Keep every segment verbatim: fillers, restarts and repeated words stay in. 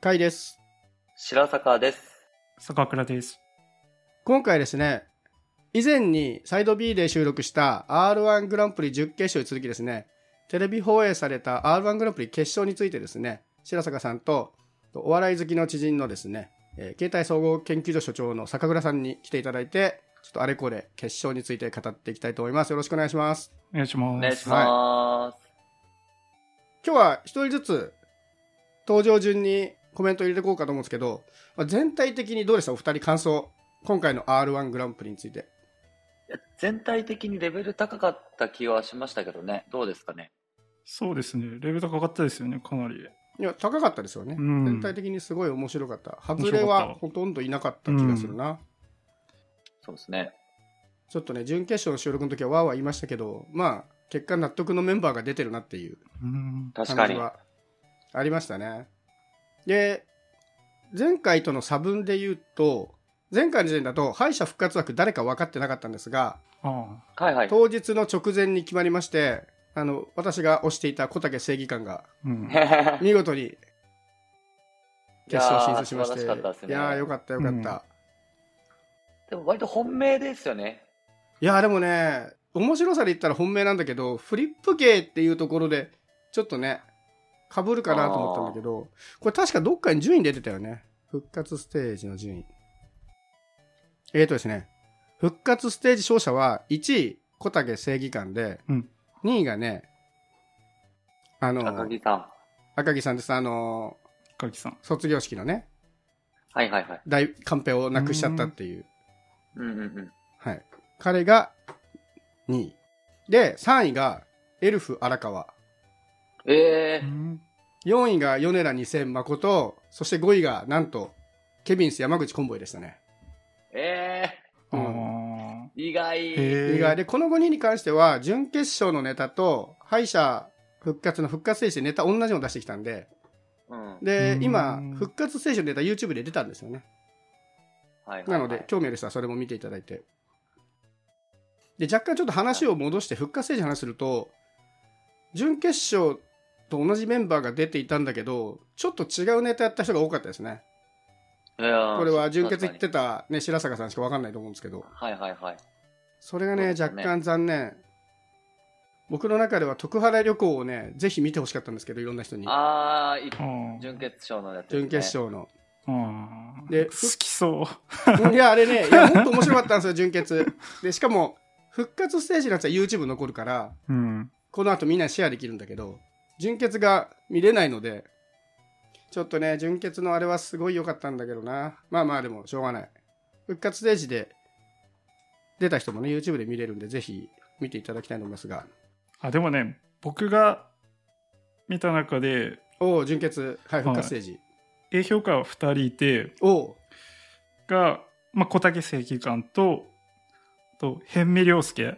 甲斐です。 白坂です。 坂倉です。 今回ですね、以前にサイド B で収録した アールワン グランプリ準決勝に続きですね、テレビ放映された アールワン グランプリ決勝についてですね、白坂さんとお笑い好きの知人のですね、えー、携帯総合研究所所長の坂倉さんに来ていただいて、ちょっとあれこれ決勝について語っていきたいと思います。よろしくお願いします。 お願いします。 お願いします。 はい、今日は一人ずつ登場順にコメント入れていこうかと思うんですけど、まあ、全体的にどうでしたお二人感想、今回の アールワン グランプリについて。 いや全体的にレベル高かった気はしましたけどね。どうですかね。 そうですね、レベル高かったですよね、かなり。 いや高かったですよね、うん、全体的にすごい面白かった。外れはほとんどいなかった気がするな、うん、 そうですね。 ちょっとね、準決勝の収録の時はわーわー言いましたけど、まあ結果納得のメンバーが出てるなっていう感じはありましたね。で、前回との差分で言うと、前回の時点だと敗者復活枠誰か分かってなかったんですが、 ああ、はいはい、 当日の直前に決まりまして、あの私が推していた小竹正義感が、うん、見事に決勝進出しまして、いやー、素晴らしかったですね。いやー、よかったよかった、うん、 でも割と本命ですよね。 いやー、でもね、面白さで言ったら本命なんだけど、フリップ系っていうところでちょっとね被るかなと思ったんだけど、これ確かどっかに順位出てたよね。復活ステージの順位。えーとですね、復活ステージ勝者はいちい小竹正義感で、うん、にいがね、あの赤木さん。 赤木さんです。あの赤木さん。 卒業式のね。 はいはいはい。 大カンペをなくしちゃったっていう。 うんうんうん。 はい。彼がにいで、さんいがエルフ荒川。 えー、 よんいが米良二千誠、そしてごいがなんとケビンス山口コンボイでしたね。 えー、うん、意外。 意外で、このごにんに関しては準決勝のネタと敗者復活の復活ステージでネタ同じの出してきたんで、うん、で今復活ステージのネタ YouTube で出たんですよね。はいはいはい、なので興味ある人はそれも見ていただいて、で若干ちょっと話を戻して復活ステージの話すると、準決勝と同じメンバーが出ていたんだけど、ちょっと違うネタやった人が多かったですね。いやこれは準決行ってた、ね、白坂さんしか分かんないと思うんですけど、はいはいはい、それが ね, ね若干残念。僕の中では徳原旅行をねぜひ見てほしかったんですけど、いろんな人に。 ああ、準決勝のやつですね。 準決勝ので好きそういやあれね、いやもっと面白かったんですよ準決で。しかも復活ステージのやつは YouTube 残るから、うん、この後みんなシェアできるんだけど、準決が見れないので、ちょっとね準決のあれはすごい良かったんだけどな。まあまあでもしょうがない。復活ステージで出た人もね YouTube で見れるんで、ぜひ見ていただきたいと思いますが。 あ、でもね、僕が見た中で、 お準決、はい、復活ステージ、 A 評価はふたりいて、 おが、まあ、小竹正義感とと辺見良介。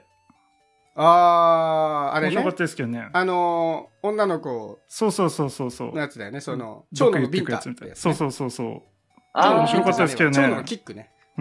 あー、あれね。 面白かったですけどね。 あのー、女の子。 そうそうそうそうそう。 のやつだよね。その、蝶野のビンタみたいな、ね。 そうそうそうそう。 あ面白かったですけどね。 蝶野のキックね。 うん。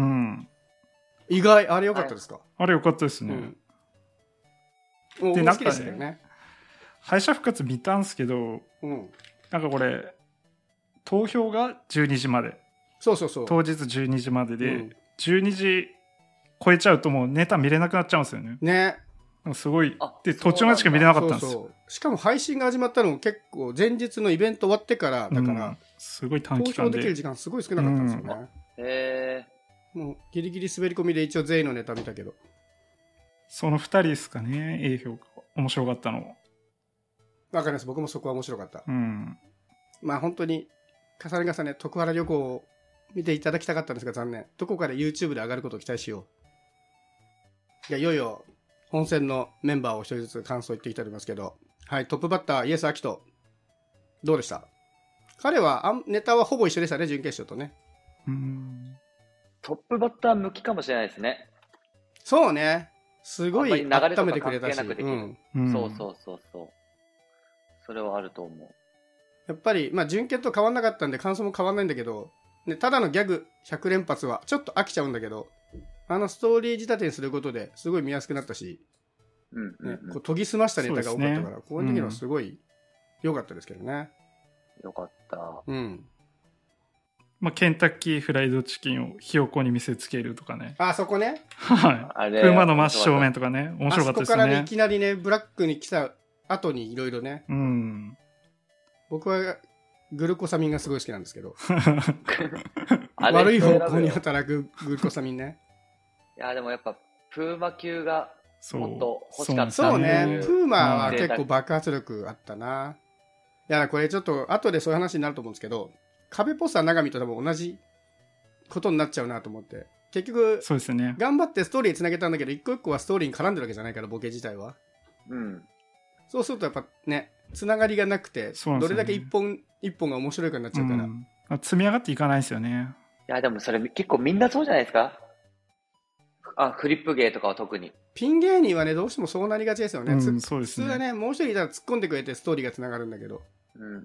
意外、あれ良かったですか？ あれ良かったですね。 うん、で、なんかね、ね敗者復活見たんすけど、うん、なんかこれ、投票がじゅうにじまで。 そうそうそう。 当日じゅうにじまでで、うん、じゅうにじ超えちゃうともうネタ見れなくなっちゃうんですよね。 ね。 すごい。で、途中までしか見れなかったんですよ。 そうそう。しかも配信が始まったのも結構前日のイベント終わってからだから、うん、 すごい短期間で。 投票できる時間すごい少なかったんですよね。うん、へー。もうギリギリ滑り込みで一応全員のネタ見たけど。 そのふたりですかね、A 評価。面白かったの。 わかります。僕もそこは面白かった。 うん。 まあ本当に重ね重ね徳原旅行を見ていただきたかったんですが残念。どこかで YouTube で上がることを期待しよう。いや、いよいよ本戦のメンバーを一人ずつ感想言っていきたいと思いますけど、はい、トップバッターイエス・アキトどうでした？彼はあネタはほぼ一緒でしたね、準決勝とね。 うーん、 トップバッター向きかもしれないですね。 そうね、すごい温めてくれたし、 うんうん、そうそうそうそう、それはあると思う。 やっぱり、まあ、準決と変わんなかったんで感想も変わんないんだけど、ね、ただのギャグひゃく連発はちょっと飽きちゃうんだけど、あのストーリー仕立てにすることですごい見やすくなったし、うんうんうん、ね、こう研ぎ澄ましたネタが多かったから、ね、こういう時のすごい良かったですけどね。 良かった。 うん。 まあ、ケンタッキーフライドチキンをひよこに見せつけるとかね。 あ、そこね。 はい。プーマの真正面とかね。面白かったですね。 あそこからね、いきなりね、ブラックに来た後にいろいろね。 うん。 僕はグルコサミンがすごい好きなんですけど。悪い方向に働くグルコサミンね。 いや、でもやっぱ、プーマ級がもっと欲しかった。 そうね。プーマは結構爆発力あったな。いや、これちょっと後でそういう話になると思うんですけど、壁ポスター長見と多分同じことになっちゃうなと思って。結局、 そうですね。 頑張ってストーリーにつなげたんだけど、一個一個はストーリーに絡んでるわけじゃないから、ボケ自体は。 うん。 そうするとやっぱね、つながりがなくて、ね、どれだけ一本、一本が面白いかになっちゃうから。うん、 積み上がっていかないですよね。 いや、でもそれ結構みんなそうじゃないですか。あ、フリップ芸とかは特に。 ピン芸人はね、どうしてもそうなりがちですよね。うん、 そうですね。 普通はね、もう一人いたら突っ込んでくれてストーリーがつながるんだけど。 うんうんうん。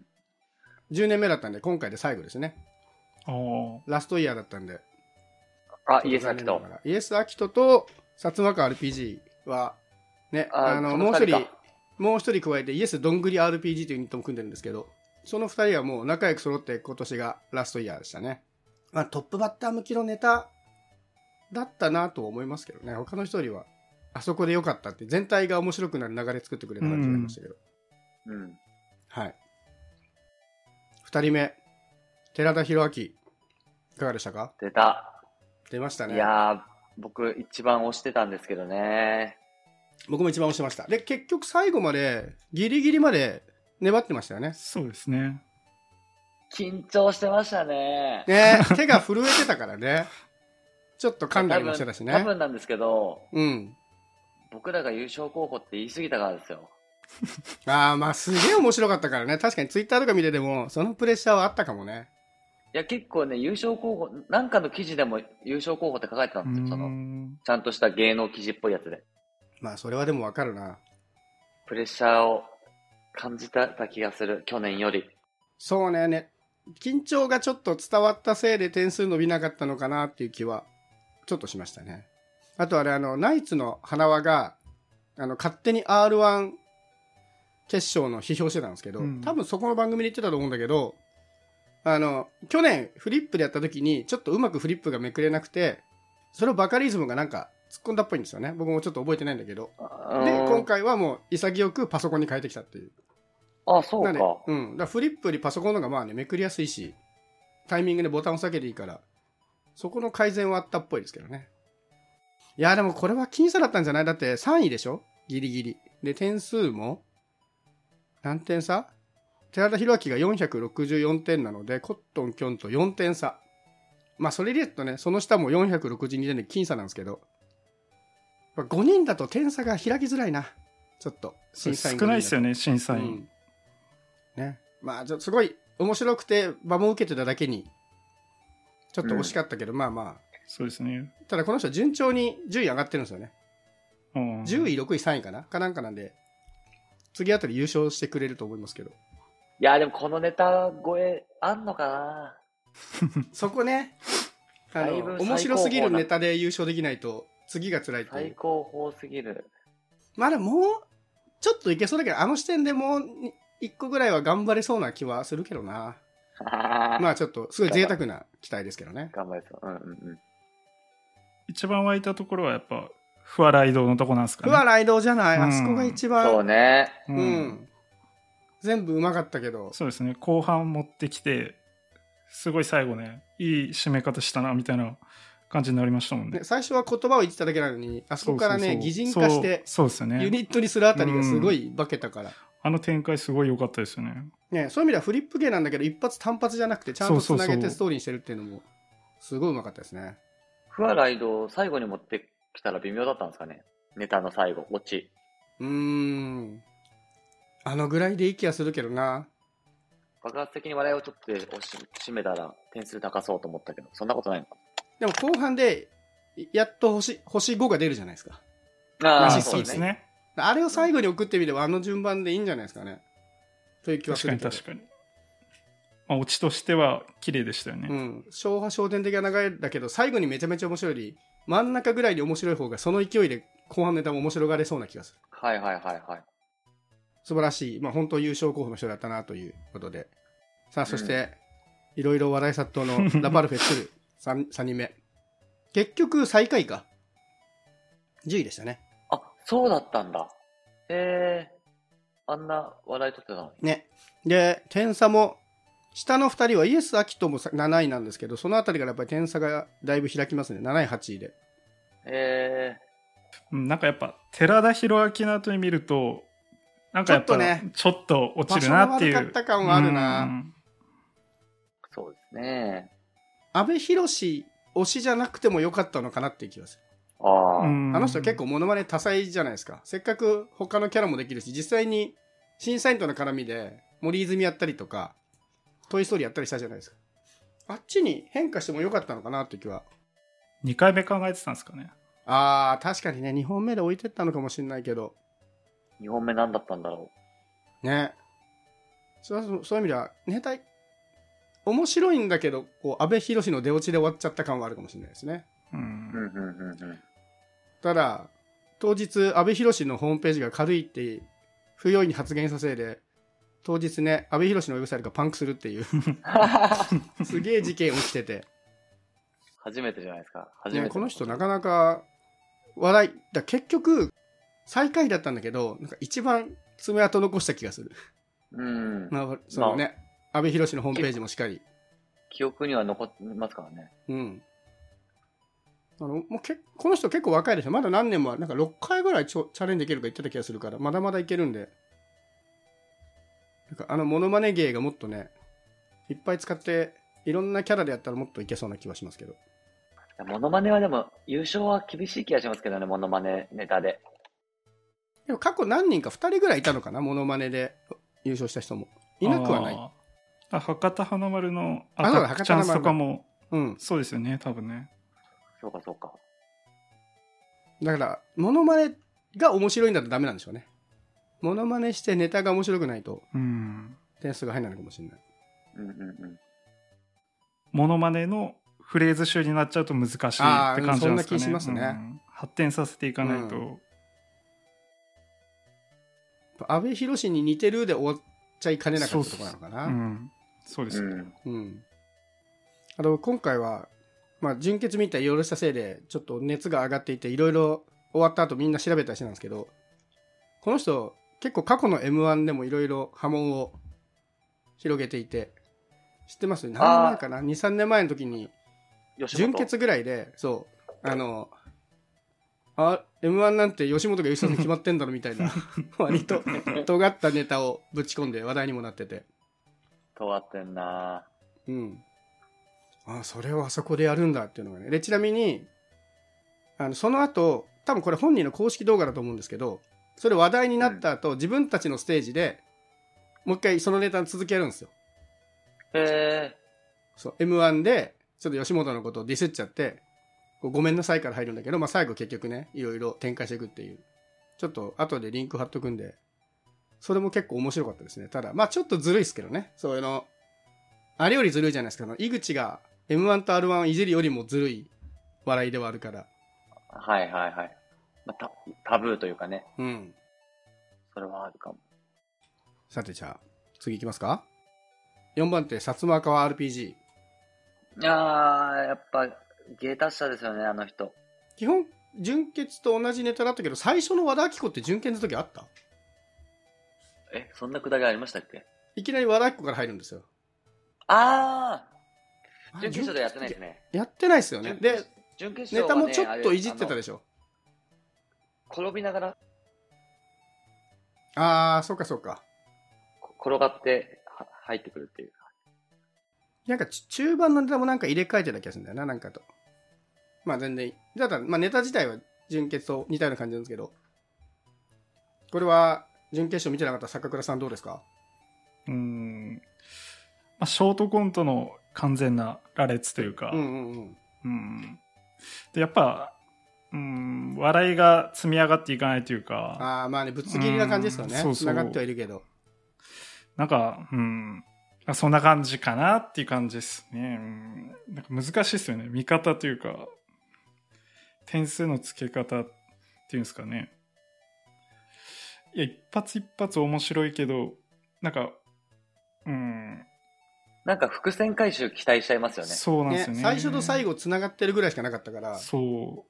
じゅうねんめだったんで、今回で最後ですね。ラストイヤーだったんで。 あ、イエス・アキト。 イエス・アキトと、薩摩川 アールピージー は、ね、あ, あの、もう一人、もう一人加えて、イエス・どんぐり アールピージー というユニットも組んでるんですけど、その二人はもう仲良く揃って今年がラストイヤーでしたね。まあ、トップバッター向きのネタだったなと思いますけどね。他の人よりは、あそこで良かったって、全体が面白くなる流れ作ってくれた感じがありましたけど。 うん。 はい。二人目、寺田裕明。いかがでしたか？ 出た。 出ましたね。 いやー、僕一番推してたんですけどね。 僕も一番推してました。で、結局最後まで、ギリギリまで粘ってましたよね。 そうですね。 緊張してましたね。 ね、手が震えてたからね。ちょっと噛んだりもしてたしね。 多分なんですけど、 うん。 僕らが優勝候補って言い過ぎたからですよ。 ああ、まあすげえ面白かったからね。確かにツイッターとか見てても、そのプレッシャーはあったかもね。 いや、結構ね、優勝候補、なんかの記事でも優勝候補って書かれてたんですよ。その、ちゃんとした芸能記事っぽいやつで。 まあ、それはでもわかるな。 プレッシャーを感じた気がする、去年より。 そうね、ね。緊張がちょっと伝わったせいで点数伸びなかったのかなっていう気は、ちょっとしましたね。あとあれ、あの、ナイツの花輪が、あの、勝手に アールワン 決勝の批評してたんですけど、うん、多分そこの番組で言ってたと思うんだけど、あの、去年フリップでやった時に、ちょっとうまくフリップがめくれなくて、それをバカリズムがなんか突っ込んだっぽいんですよね。僕もちょっと覚えてないんだけど。で、今回はもう潔くパソコンに変えてきたっていう。 ああ、そうか。 うん。だからフリップよりパソコンの方がまあね、めくりやすいし、タイミングでボタンを押さえていいから、そこの改善はあったっぽいですけどね。いや、でもこれは僅差だったんじゃない？だってさんいでしょ？ギリギリ。で、点数も何点差？寺田裕明がよんひゃくろくじゅうよんてんなので、コットン・キョンとよんてん差。まあ、それで言うとね、その下もよんひゃくろくじゅうにてんで僅差なんですけど、ごにんだと点差が開きづらいな。ちょっと。 審査員少ないですよね、審査員。 うん、ね。まあ、すごい面白くて場も受けてただけに、ちょっと惜しかったけど、うん、まあまあ。 そうですね。 ただこの人順調に順位上がってるんですよね。 うん、 じゅうい、ろくい、さんいかなかなんかなんで、次あたり優勝してくれると思いますけど。 いや、でもこのネタ超えあんのかなそこね。あの、面白すぎるネタで優勝できないと、次が辛いっていう。 最高峰すぎる。 まだもう、ちょっといけそうだけど、あの視点でもう、一個ぐらいは頑張れそうな気はするけどな。まあちょっと、すごい贅沢な期待ですけどね。 頑張れそう。うんうんうん。 一番湧いたところはやっぱ、不破雷道のとこなんですかね。 不破雷道じゃない、うん、あそこが一番。 そうね。 うん。うん、全部うまかったけど。 そうですね。後半持ってきて、すごい最後ね、いい締め方したな、みたいな感じになりましたもんね。 ね、最初は言葉を言ってただけなのに、あそこからね、そうそうそう擬人化して、 そうですよね。 ユニットにするあたりがすごい化けたから。うん、 あの展開すごい良かったですよね。 ね、そういう意味ではフリップ芸なんだけど、一発単発じゃなくて、ちゃんとつなげてストーリーにしてるっていうのも、すごいうまかったですね。 不破雷道最後に持ってきたら微妙だったんですかね。ネタの最後、オチ。 うーん。あのぐらいでいい気がするけどな。 爆発的に笑いを取って押し締めたら点数高そうと思ったけど、そんなことないのか。 でも後半で、やっと星、星ごが出るじゃないですか。 ああ、 そうですね。 あれを最後に送ってみれば、あの順番でいいんじゃないですかね。という気はするけど。 確かに確かに。まあ、オチとしては綺麗でしたよね。 うん。昭和昇天的な流れだけど、最後にめちゃめちゃ面白いより、真ん中ぐらいに面白い方が、その勢いで後半ネタも面白がれそうな気がする。 はいはいはいはい。 素晴らしい。まあ本当優勝候補の人だったなということで。さあ、そして、 いろいろ話題殺到のラパルフェ来る 3, 3人目。結局最下位か。じゅういでしたね。 あ、そうだったんだ。へえー、あんな話題取ってたのに。 ね。で、点差も、下のふたりはイエス・アキトもなないなんですけど、そのあたりからやっぱり点差がだいぶ開きますね。なない、はちいで。 へえー。なんかやっぱ、寺田博明の後に見ると、なんかやっぱ、ね、ちょっと落ちるなっていう。 場所が悪かった感はあるな。 うんそうですね。 阿部寛推しじゃなくてもよかったのかなっていう気がする。 ああ。 あの人結構モノマネ多彩じゃないですか。せっかく他のキャラもできるし、実際に審査員との絡みで森泉やったりとか、トイストーリーやったりしたじゃないですか。あっちに変化してもよかったのかなっていう気は。 にかいめ考えてたんですかね。 ああ、確かにね、にほんめで置いてったのかもしれないけど。 にほんめ何だったんだろう。ね。そう、そういう意味では、ネタ、面白いんだけど、こう、安倍博の出落ちで終わっちゃった感はあるかもしれないですね。 うん。 うんうんうんうん。 ただ、当日、安倍博のホームページが軽いって、不用意に発言したせいで、当日ね、安倍博のウェブサイトがパンクするっていう、すげえ事件起きてて。 初めてじゃないですか。初めて、 ね。この人なかなか、話題、だ結局、最下位だったんだけど、なんか一番爪痕残した気がする。 うん。 まあ、そのね、まあ、安倍博のホームページもしっかり。 記憶には残ってますからね。 うん。あの、もうけ、この人結構若いでしょ。まだ何年も、なんかろっかいぐらいチャレンジできるか言ってた気がするから、まだまだいけるんで。なんかあのモノマネ芸がもっとね、いっぱい使って、いろんなキャラでやったらもっといけそうな気はしますけど。 モノマネはでも、優勝は厳しい気がしますけどね、モノマネネタで。 でも過去何人かふたりぐらいいたのかな、モノマネで優勝した人も。いなくはない。 あ、博多華丸のアタックチャンスとかも、うん、そうですよね、多分ね。 そうかそうか。 だから、モノマネが面白いんだとダメなんでしょうね。モノマネしてネタが面白くないと、点数が入らないかもしれない。 うんうんうん。 モノマネのフレーズ集になっちゃうと難しいって感じなんですかね。そんな気しますね、うん。 発展させていかないと。うん、 安倍博に似てるで終わっちゃいかねなかったところなのかな。 そう、うん、そうですね。うん。あと今回は、まあ、準決見たいろいろしたせいで、ちょっと熱が上がっていて、いろいろ終わった後みんな調べたりしてたんですけど、この人、結構過去の エムワン でもいろいろ波紋を広げていて、知ってます？何年前かな ?に、さんねんまえの時に、準決ぐらいで、そう、あの、あ、エムワン なんて吉本が優勝に決まってんだろみたいな、割と尖ったネタをぶち込んで話題にもなってて。 尖ってんなうん。あ、それをあそこでやるんだっていうのがね。で、ちなみに、あの、その後、多分これ本人の公式動画だと思うんですけど、それ話題になった後、うん、自分たちのステージで、もう一回そのネタの続きやるんですよ。 へー。 そう、エムワン で、ちょっと吉本のことをディスっちゃって、ごめんなさいから入るんだけど、まあ最後結局ね、いろいろ展開していくっていう。ちょっと後でリンク貼っとくんで、それも結構面白かったですね。ただ、まあちょっとずるいですけどね。そういうの、あれよりずるいじゃないですか。井口が エムワン と アールワン をいじるよりもずるい笑いではあるから。 はいはいはい。まあ、タ, タブーというかね。 うん。 それはあるかも。 さてじゃあ、次行きますか？ よん 番手、薩摩川 アールピージー。いやー、やっぱ、芸達者ですよね、あの人。 基本、準決と同じネタだったけど、最初の和田アキ子って準決の時あった？ え、そんなくだりありましたっけ？ いきなり和田アキ子から入るんですよ。 あー、準決勝でやってないですね。 やってないですよね。で、 準決勝は、ね、 ネタもちょっといじってたでしょ。 転びながら。 あー、そうかそうか。 転がって入ってくるっていう。 なんか中盤のネタもなんか入れ替えてた気がするんだよな、なんかと。まあ全然いい。だから、まあネタ自体は準決と似たような感じなんですけど。これは準決勝見てなかった坂倉さんどうですか？ うーん。まあ、ショートコントの完全な羅列というか。 うんうんうん。 うん。で、やっぱ、うん、笑いが積み上がっていかないというか。 ああ、まあね、ぶつ切りな感じですよね。そうそう。繋がってはいるけど。 なんか、うん。そんな感じかなっていう感じですね。うん、なんか難しいですよね。見方というか、点数の付け方っていうんですかね。いや、一発一発面白いけど、なんか、うん、 なんか伏線回収期待しちゃいますよね。 そうなんですよね。 ね、最初と最後繋がってるぐらいしかなかったから。 そう。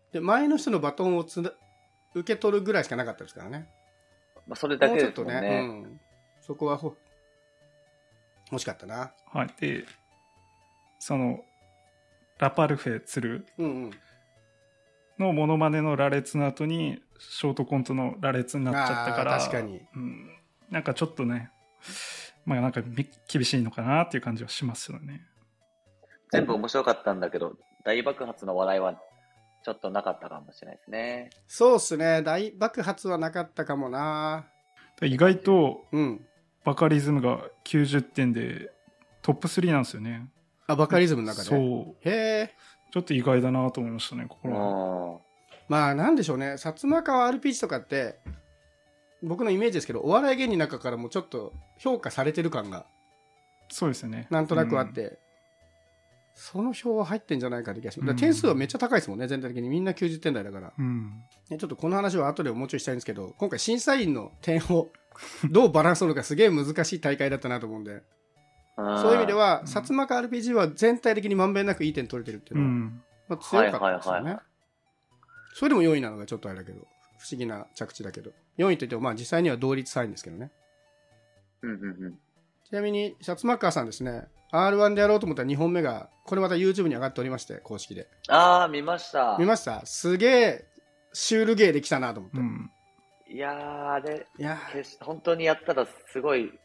で、前の人のバトンをつな受け取るぐらいしかなかったですからね。 まあ、それだけですもんね。 もうちょっとね、うん、そこはほ欲しかったな。 はい。で、その、ラパルフェ鶴のモノマネの羅列の後に、ショートコントの羅列になっちゃったから、 確かに、 うん。なんかちょっとね、まあなんか厳しいのかなっていう感じはしますよね。 全部面白かったんだけど、大爆発の笑いはちょっとなかったかもしれないですね。 そうっすね。大爆発はなかったかもな。 意外と、 うん。 バカリズムがきゅうじゅってんでトップスリーなんですよね。 あ、バカリズムの中で。 そう。 へえ。 ちょっと意外だなと思いましたね、ここは。 まあなんでしょうね。薩摩川 アールピージー とかって、僕のイメージですけど、お笑い芸人の中からもちょっと評価されてる感が。 そうですよね。 なんとなくあって。うん、その票は入ってんじゃないかって気がします。だから点数はめっちゃ高いですもんね、全体的に。みんなきゅうじゅってん台だから。うん、ね、ちょっとこの話は後でもうちょいしたいんですけど、今回審査員の点をどうバランス取るかすげえ難しい大会だったなと思うんで。そういう意味では、薩摩川 アールピージー は全体的にまんべんなくいい点取れてるっていうのは、うん、まあ、強かったですよね、はいはいはい。それでもよんいなのがちょっとあれだけど、不思議な着地だけど。よんいといっても、まあ実際には同率さんいですけどね。 うんうんうん、 ちなみに、薩摩川さんですね、アールワン でやろうと思ったらにほんめが、これまた YouTube に上がっておりまして、公式で。 あー、見ました。 見ました。すげえ、シュールゲーできたなと思って。うん、 いやー、あれ、 いや本当にやったらすごい、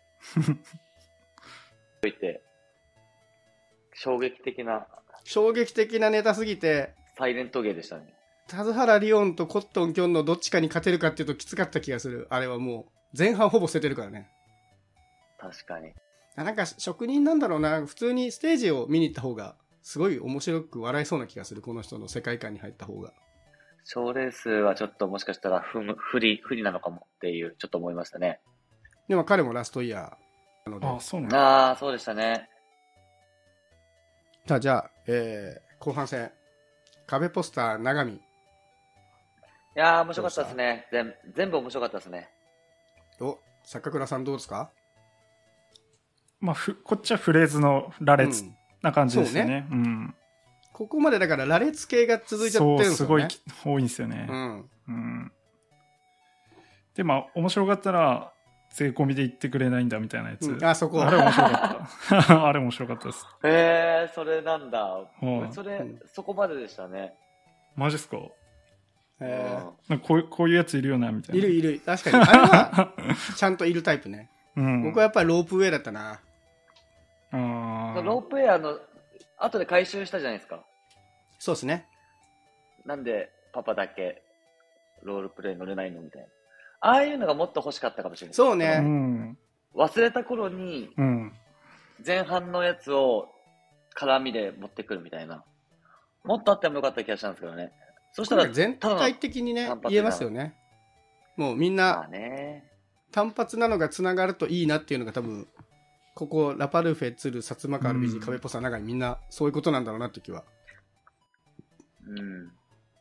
といて、衝撃的な。 衝撃的なネタすぎて、 サイレントゲーでしたね。 田津原リオンとコットンキョンのどっちかに勝てるかっていうときつかった気がする。あれはもう、前半ほぼ捨ててるからね。 確かに。 なんか職人なんだろうな。普通にステージを見に行った方が、すごい面白く笑いそうな気がする。この人の世界観に入った方が。 賞レースはちょっともしかしたら不不利、不利なのかもっていう、ちょっと思いましたね。 でも彼もラストイヤーなので。 ああ、そうなんだ。ああ、そうでしたね。 さあ、じゃあ、えー、後半戦。壁ポスター、長見。 いやー、面白かったですね。全全部面白かったですね。 お、坂倉さんどうですか？ まあ、ふこっちはフレーズの羅列な感じですよね。うん。そうね、うん、 ここまでだから羅列系が続いちゃってるんですよね。そう、 すごい多いんですよね。うん。うん、で、まあ、面白かったら、税込みで言ってくれないんだみたいなやつ。うん、 あ、そこ。 あれ面白かった。あれ面白かったです。 へえー、それなんだ。それ、うん、そこまででしたね。 マジっすか？ へえ。こう、こういうやついるよな、みたいな。 いるいる。確かに。あれは、ちゃんといるタイプね。うん、僕はやっぱりロープウェイだったな。 あロープウェイあの、後で回収したじゃないですか。 そうですね。 なんで、パパだけ、ロールプレイ乗れないのみたいな。ああいうのがもっと欲しかったかもしれない。 そうね。 忘れた頃に、前半のやつを絡みで持ってくるみたいな。もっとあってもよかった気がしたんですけどね。そしたら全体的にね、言えますよね。もうみんな、単発なのがつながるといいなっていうのが多分、ここ、ラパルフェ、鶴、薩摩川 アールピージー、壁ポスター、長いみんな、そういうことなんだろうなって気は。 うん。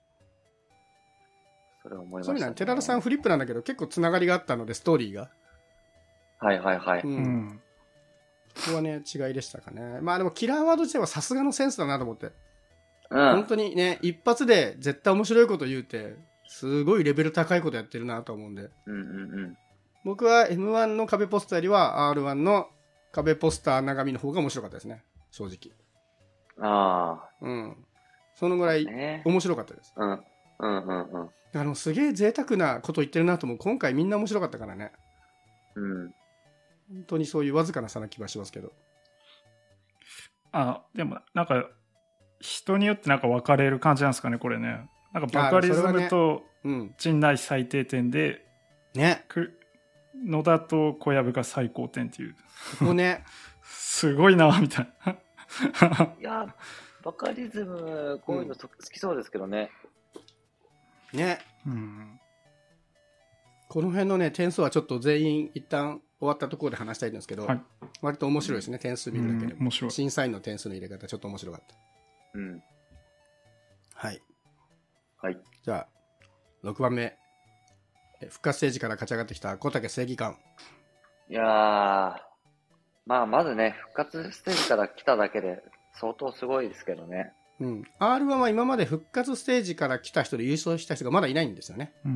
それ思いました、ね。 そういうのは、寺田さんフリップなんだけど、結構つながりがあったので、ストーリーが。 はいはいはい。 うん。ここはね、違いでしたかね。まあでも、キラーワード自体はさすがのセンスだなと思って。うん。本当にね、一発で絶対面白いこと言うて、すごいレベル高いことやってるなと思うんで。 うんうんうん。 僕は エムワン の壁ポスターよりは アールワン の壁ポスター長見の方が面白かったですね。正直。 ああ。 うん。そのぐらい面白かったです。 うん。うんうんうん。 あの、すげえ贅沢なこと言ってるなと思う。今回みんな面白かったからね。 うん。 本当にそういうわずかな差な気はしますけど。 あ、でもなんか、人によってなんか分かれる感じなんですかね、これね。なんかバカリズムと陣内最低点で、 ね。 野田と小籔が最高点っていう。 ここね。 すごいな、みたいな。 いや、バカリズム、こういうの、うん、好きそうですけどね。 ね。 うん。 この辺のね、点数はちょっと全員一旦終わったところで話したいんですけど、はい、割と面白いですね、点数見るだけでも。 面白い。 審査員の点数の入れ方、ちょっと面白かった。 うん。 はい。 はい。 じゃあ、ろくばんめ。復活ステージから勝ち上がってきた小竹正義感。 いやー、 まあ、まずね、復活ステージから来ただけで、相当すごいですけどね。 うん。アールワン は今まで復活ステージから来た人で優勝した人がまだいないんですよね。 うん。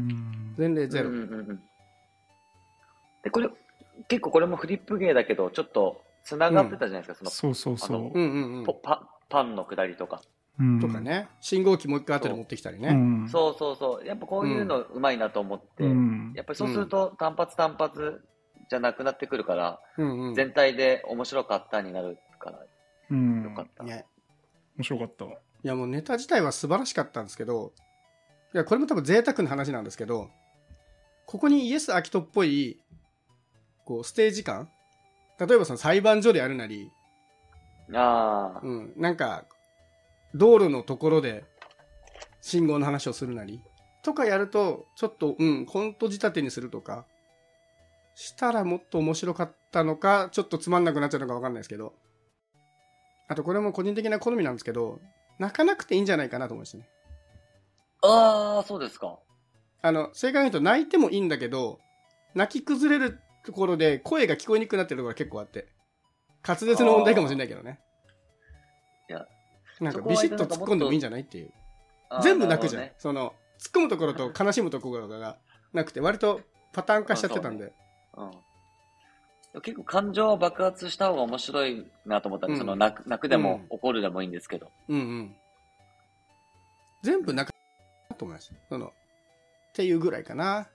前例ゼロ。 うんうんうん。で、これ、結構これもフリップ芸だけど、ちょっと繋がってたじゃないですか、うん、その、そうそうそう。 うんうんうん。 パ、パンの下りとか。 うん、とかね。信号機もう一回後で持ってきたりね。 そう、そうそうそう。やっぱこういうのうまいなと思って、うん、やっぱりそうすると単発単発じゃなくなってくるから、うんうん、全体で面白かったになるから、うん、よかった。 ね。 面白かった。いやもうネタ自体は素晴らしかったんですけど、いやこれも多分贅沢な話なんですけど、ここにイエス・アキトっぽい、こうステージ感、例えばその裁判所でやるなり、 ああ。 うん、なんか、道路のところで信号の話をするなりとかやるとちょっとうんコント仕立てにするとかしたらもっと面白かったのかちょっとつまんなくなっちゃうのか分かんないですけど、あとこれも個人的な好みなんですけど泣かなくていいんじゃないかなと思いましたね。 ああそうですか。 あの正確に言うと泣いてもいいんだけど泣き崩れるところで声が聞こえにくくなってるところが結構あって滑舌の問題かもしれないけどね。 いやなんかビシッと突っ込んでもいいんじゃないっていう。全部泣くじゃん、ね、その突っ込むところと悲しむところがなくて割とパターン化しちゃってたんで、 うんうん、結構感情を爆発した方が面白いなと思ったんで、うん、その泣く、泣くでも怒るでもいいんですけど、 うんうん、全部泣くと思います。そのっていうぐらいかな。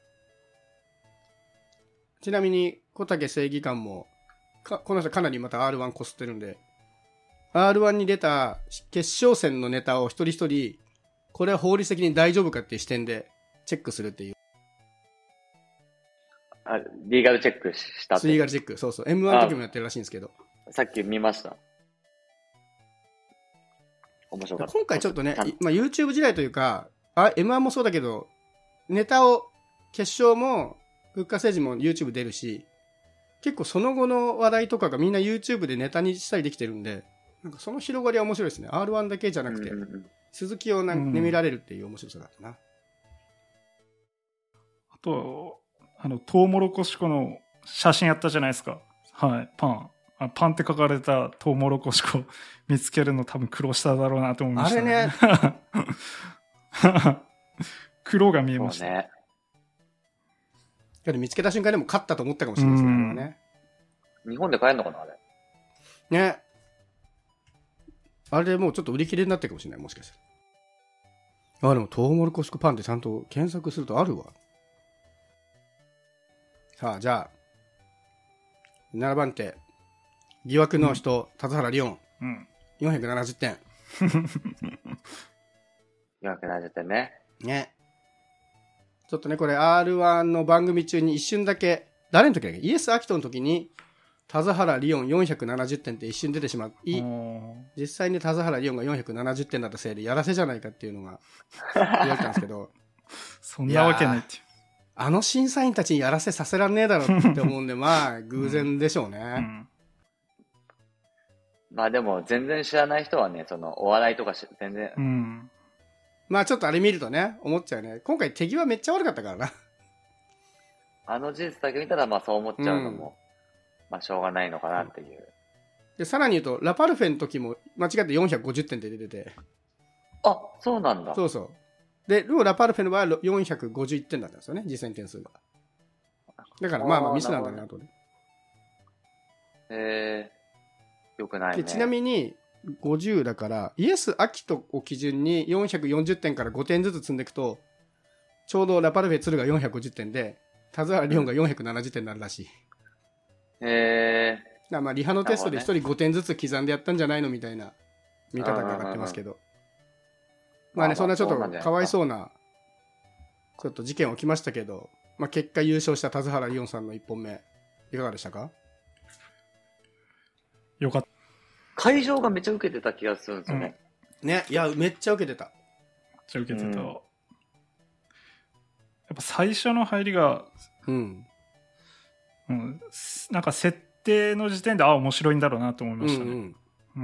ちなみに小竹正義感もかこの人かなりまた アールワン こすってるんで、 アールワン に出た決勝戦のネタを一人一人これは法律的に大丈夫かっていう視点でチェックするっていう。 あ、リーガルチェックしたって。 リーガルチェック、そうそう。エムワン の時もやってるらしいんですけど。 さっき見ました。面白かった。 今回ちょっとね、まあ、YouTube 時代というか、あ エムワン もそうだけど、ネタを、決勝も、復活ステージも YouTube 出るし、結構その後の話題とかがみんな YouTube でネタにしたりできてるんで、なんかその広がりは面白いですね。アールワン だけじゃなくて、うんうんうん、続きをな、ね、見られるっていう面白さがあったな。 あと、あの、トウモロコシ粉の写真やったじゃないですか。はい、パン。あパンって書かれたトウモロコシ粉見つけるの多分苦労しただろうなと思いましたね。あれね。苦労が見えました。ね。 見つけた瞬間でも勝ったと思ったかもしれないですね。 日本で買えるのかなあれ。 ね。あれもうちょっと売り切れになってるかもしれない、もしかしたら。あ、でもトウモロコシ粉パンってちゃんと検索するとあるわ。さあ、じゃあ、ななばん手。疑惑の人、田津原リオン。うん。よんひゃくななじゅってん。 よんひゃくななじゅってんね。 ね。ちょっとね、これ アールワン の番組中に一瞬だけ、誰の時だっけイエス・アキトの時に、田津原リオンよんひゃくななじゅってんって一瞬出てしまい、実際に田津原リオンがよんひゃくななじゅってんだったせいでやらせじゃないかっていうのが言われたんですけど。 そんなわけないっていう。 あの審査員たちにやらせさせらんねえだろって思うんで、まあ、偶然でしょうね。うんうんまあでも全然知らない人はね、そのお笑いとかし全然、うん、 まあちょっとあれ見るとね思っちゃうね。今回手際めっちゃ悪かったからな。 あの事実だけ見たらまあそう思っちゃうのも、うん、まあしょうがないのかなっていう。 でさらに言うとラパルフェの時も間違ってよんひゃくごじゅってんで出てて。 あ、そうなんだ。 そうそう。でラパルフェの場合はよんひゃくごじゅういってんだったんですよね、実際に点数が。だからまあまあミスなんだなとね。 へえ。よくないね。 でちなみにごじゅうだからイエス・アキトを基準によんひゃくよんじゅってんからごてんずつ積んでいくとちょうどラパルフェ鶴がよんひゃくごじゅってんで田津原リオンがよんひゃくななじゅってんになるらしい。 へえー。 だまあリハのテストでひとりごてんずつ刻んでやったんじゃないのみたいな見方が上がってますけど、まあねそんなちょっとかわいそうなちょっと事件起きましたけど、まあ、結果優勝した田津原リオンさんのいっぽんめいかがでしたか？ よかった。 会場がめっちゃ受けてた気がするんですよね。 うん、ね、いや、めっちゃ受けてた。めっちゃ受けてた。うん、やっぱ最初の入りが、うん。うん、なんか設定の時点で、あ、面白いんだろうなと思いましたね。うん、うんうん。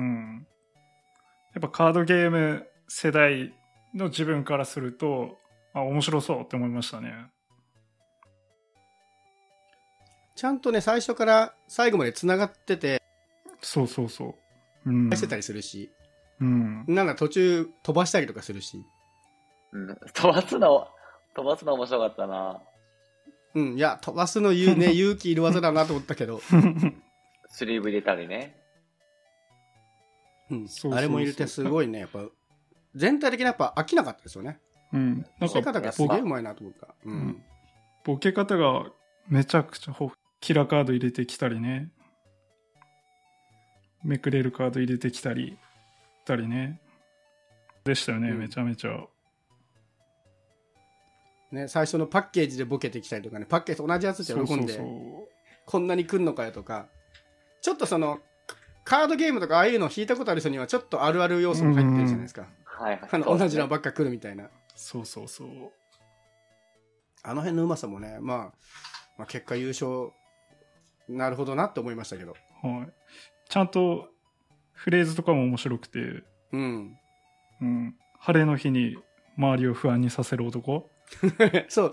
やっぱカードゲーム世代の自分からすると、あ、面白そうって思いましたね。 ちゃんとね、最初から最後まで繋がってて、 そうそうそう。うん。 してたりするし、 うん。 なんか途中飛ばしたりとかするし。 うん。飛ばすの、飛ばすの面白かったな。 うん、いや、飛ばすの言うね、勇気いる技だなと思ったけど。 スリーブ入れたりね。 うん、そうそうそう、あれも入れてすごいね、やっぱ、全体的にやっぱ飽きなかったですよね。 うん。 なんか、方がすげえうまいなと思った。うん。うん、 ボケ方がめちゃくちゃ豊富。キラカード入れてきたりね。めくれるカード入れてきたり、たりね。でしたよね、うん、めちゃめちゃ。 ね、最初のパッケージでボケてきたりとかね、パッケージと同じやつで喜んで、そうそうそう、こんなに来んのかよとか、ちょっとその、カードゲームとかああいうのを引いたことある人にはちょっとあるある要素も入ってるじゃないですか。 はいはい。 あの、同じのばっか来るみたいな。 そうそうそう。 あの辺のうまさもね、まあ、まあ、結果優勝、なるほどなって思いましたけど。 はい。ちゃんとフレーズとかも面白くて、 うん。 うん。晴れの日に周りを不安にさせる男そう。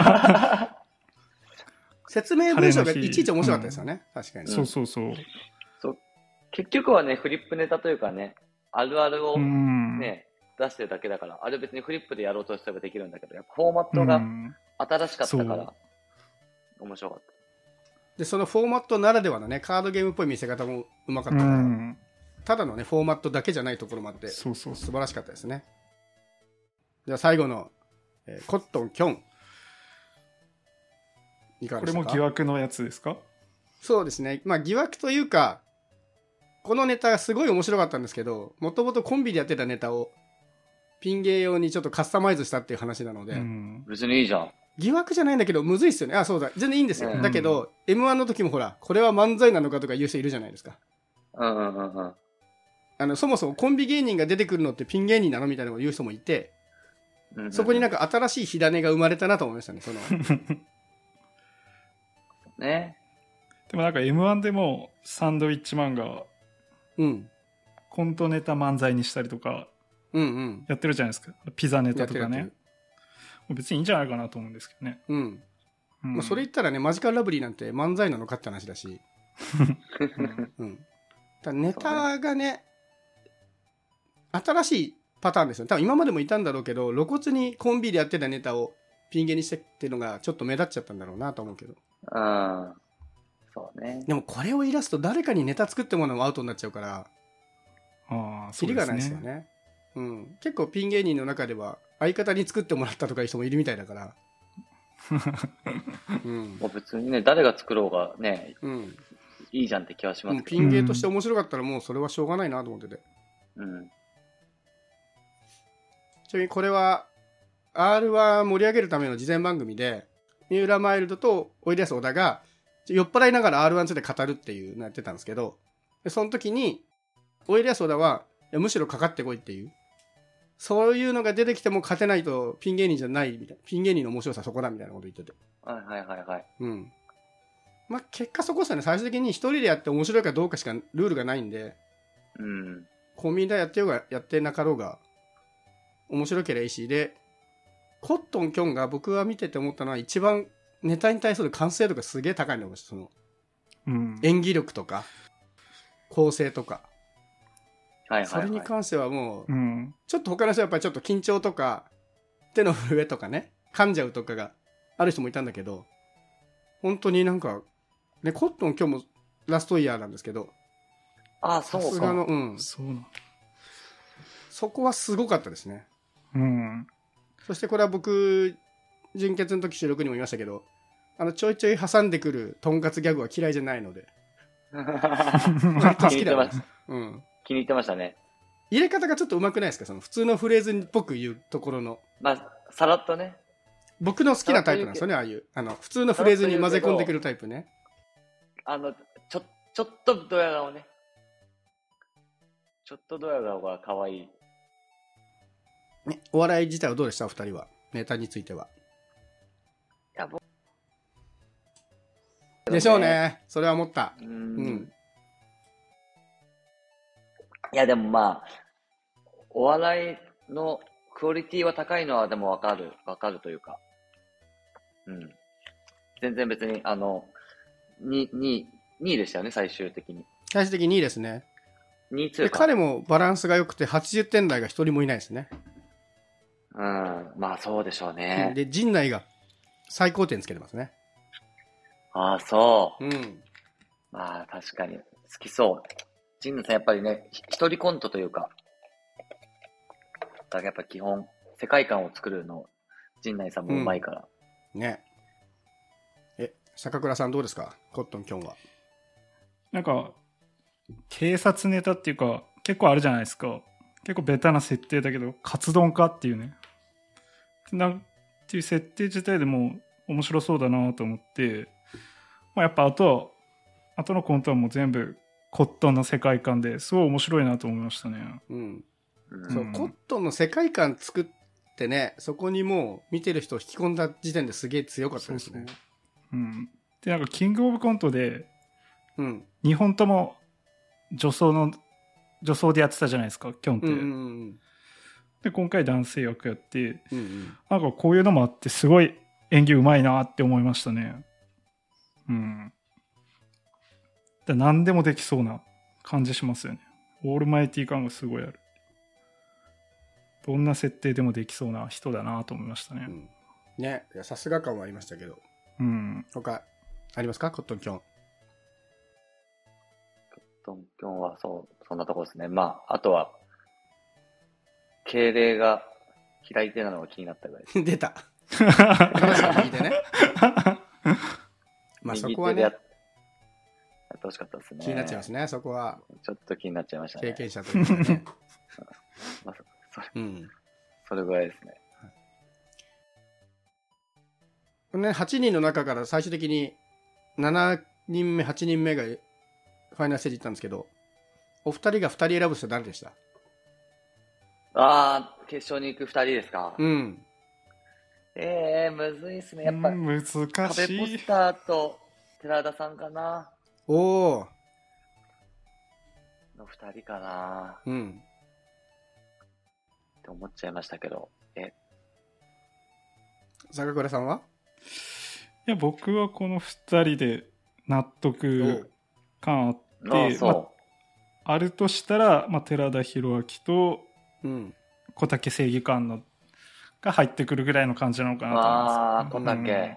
説明文章がいちいち面白かったですよね。うん、確かに。 そうそうそう。 そう。結局はね、フリップネタというかね、あるあるをね、出してるだけだから、あれ別にフリップでやろうとすればできるんだけど、やっぱフォーマットが新しかったから、面白かった。 で、そのフォーマットならではのね、カードゲームっぽい見せ方もうまかったから、うん、ただのね、フォーマットだけじゃないところもあって、そうそうそう、素晴らしかったですね。では最後の、えー、コットンキョン。いかがでしたか？ これも疑惑のやつですか？ そうですね。まあ疑惑というか、このネタがすごい面白かったんですけど、もともとコンビでやってたネタをピン芸用にちょっとカスタマイズしたっていう話なので、うん、 別にいいじゃん。 疑惑じゃないんだけど、むずいっすよね。あ、そうだ。全然いいんですよ。うん、だけど、エムワン の時もほら、これは漫才なのかとか言う人いるじゃないですか。 うんうんうんうん。 あの、そもそもコンビ芸人が出てくるのってピン芸人なのみたいなこと言う人もいて、うんうん、そこになんか新しい火種が生まれたなと思いましたね、その。 ね。 でもなんか エムワン でもサンドウィッチマンが、うん。コントネタ漫才にしたりとか、うんうん。やってるじゃないですか。ピザネタとかね。別にいいんじゃないかなと思うんですけどね。 うん。うん、まあ、それ言ったらね、マジカルラブリーなんて漫才なのかって話だし。うん。だネタがね、新しいパターンですよ。多分今までもいたんだろうけど、露骨にコンビでやってたネタをピン芸にしてっていうのがちょっと目立っちゃったんだろうなと思うけど。 ああ。そうね。 でもこれを言い出すと誰かにネタ作ってもらうのもアウトになっちゃうから、 ああ、 キリがないですよね。うん。結構ピン芸人の中では相方に作ってもらったとかいう人もいるみたいだから。 うん。もう別にね、誰が作ろうがね、うん、いいじゃんって気はしますけど。 ピン芸として面白かったらもうそれはしょうがないなと思ってて。うん。ちなみにこれは アールワン 盛り上げるための事前番組で、三浦マイルドとおいでやす小田が酔っ払いながら アールワン について語るっていうのやってたんですけど、でその時においでやす小田はいやむしろかかってこいっていう、そういうのが出てきても勝てないとピン芸人じゃないみたいな、ピン芸人の面白さそこだみたいなこと言ってて、 はいはいはいはい。 うん。まあ結果そこですよね。最終的に一人でやって面白いかどうかしかルールがないんで、うん。コンビニでやってようがやってなかろうが面白ければいいし、でコットンキョンが僕は見てて思ったのは一番ネタに対する完成度がすげえ高いのがその、うん、演技力とか構成とか、はいはいはい、それに関してはもう、うん、ちょっと他の人はやっぱりちょっと緊張とか手の震えとかね噛んじゃうとかがある人もいたんだけど、本当になんかね、コットンキョンもラストイヤーなんですけど、 ああそうか、さすがの、うん、 そうなそこはすごかったですね。 うん。 そしてこれは僕純潔の時収録にも言いましたけど、あのちょいちょい挟んでくるとんかつギャグは嫌いじゃないので割と好きだな。うん、 気に入ってましたね。 入れ方がちょっと上手くないですか？その普通のフレーズっぽく言うところの、 まあさらっとね、 僕の好きなタイプなんですよね。ああいうあの普通のフレーズに混ぜ込んでくるタイプね。 あのちょちょっとドヤ顔ね、ちょっとドヤ顔が可愛い。 ね、お笑い自体はどうでしたお二人は、ネタについては。 いや僕でしょうね、それは思った。うん、うん、 いやでもまあお笑いのクオリティは高いのはでもわかるわかるというか、うん、全然別にあのに、に、にいでしたよね、最終的に。 最終的ににいですね。 にい通過。 で、彼もバランスが良くてはちじゅってん台が一人もいないですね。 うん、まあそうでしょうね。 で、陣内が最高点つけてますね。 ああ、そう。うん。 まあ確かに、好きそう。陣内さんやっぱりね、一人コントというか、だからやっぱ基本、世界観を作るの、陣内さんもうまいから。 うん、ね。え、坂倉さんどうですか、コットンきょんは。なんか、 警察ネタっていうか、結構あるじゃないですか。結構ベタな設定だけど、カツ丼かっていうね。なんっていう設定自体でも面白そうだなと思って、まあ、やっぱあと、後のコントはもう全部コットンの世界観ですごい面白いなと思いましたね。 うん。 うん、 そう、コットンの世界観作ってね、そこにもう見てる人を引き込んだ時点ですげえ強かったですね。そうそう、 うん。で、なんかキングオブコントで、 うん。 にほんとも女装の、女装でやってたじゃないですか、キョンって。 うんうんうん、 で、今回男性役やって、 うんうん、 なんかこういうのもあってすごい演技うまいなって思いましたね。うん。で何でもできそうな感じしますよね。オールマイティ感がすごいある。どんな設定でもできそうな人だなと思いましたね。うん、 ね、いやさすが感はありましたけど。 うん。 他ありますか、コットンキョン。 コットンキョンはそう、そんなところですね。まあ、あとは、敬礼が左手なのが気になったぐらいです。 出た。右手ね。まあそこはね、やってほしかったですね。 気になっちゃいますね、そこは。 ちょっと気になっちゃいましたね。 経験者というかね。 まあ、それ、 うん、 それぐらいですね。 これね、はちにんの中から最終的にしちにんめ、はちにんめがファイナルステージ行ったんですけど、お二人がふたり選ぶ人は誰でした？ ああ、決勝に行くふたりですか。 うん。 ええー、むずいっすね。やっぱ、 難しい。 壁ポスターと寺田さんかな。 おー。 のふたりかな。 うん。 って思っちゃいましたけど。え。 坂倉さんは？ いや、僕はこのふたりで納得感あって、 あ, まあ、あるとしたら、まあ、寺田裕明と小竹正義感のが入ってくるぐらいの感じなのかなと思います。 ああ、小竹。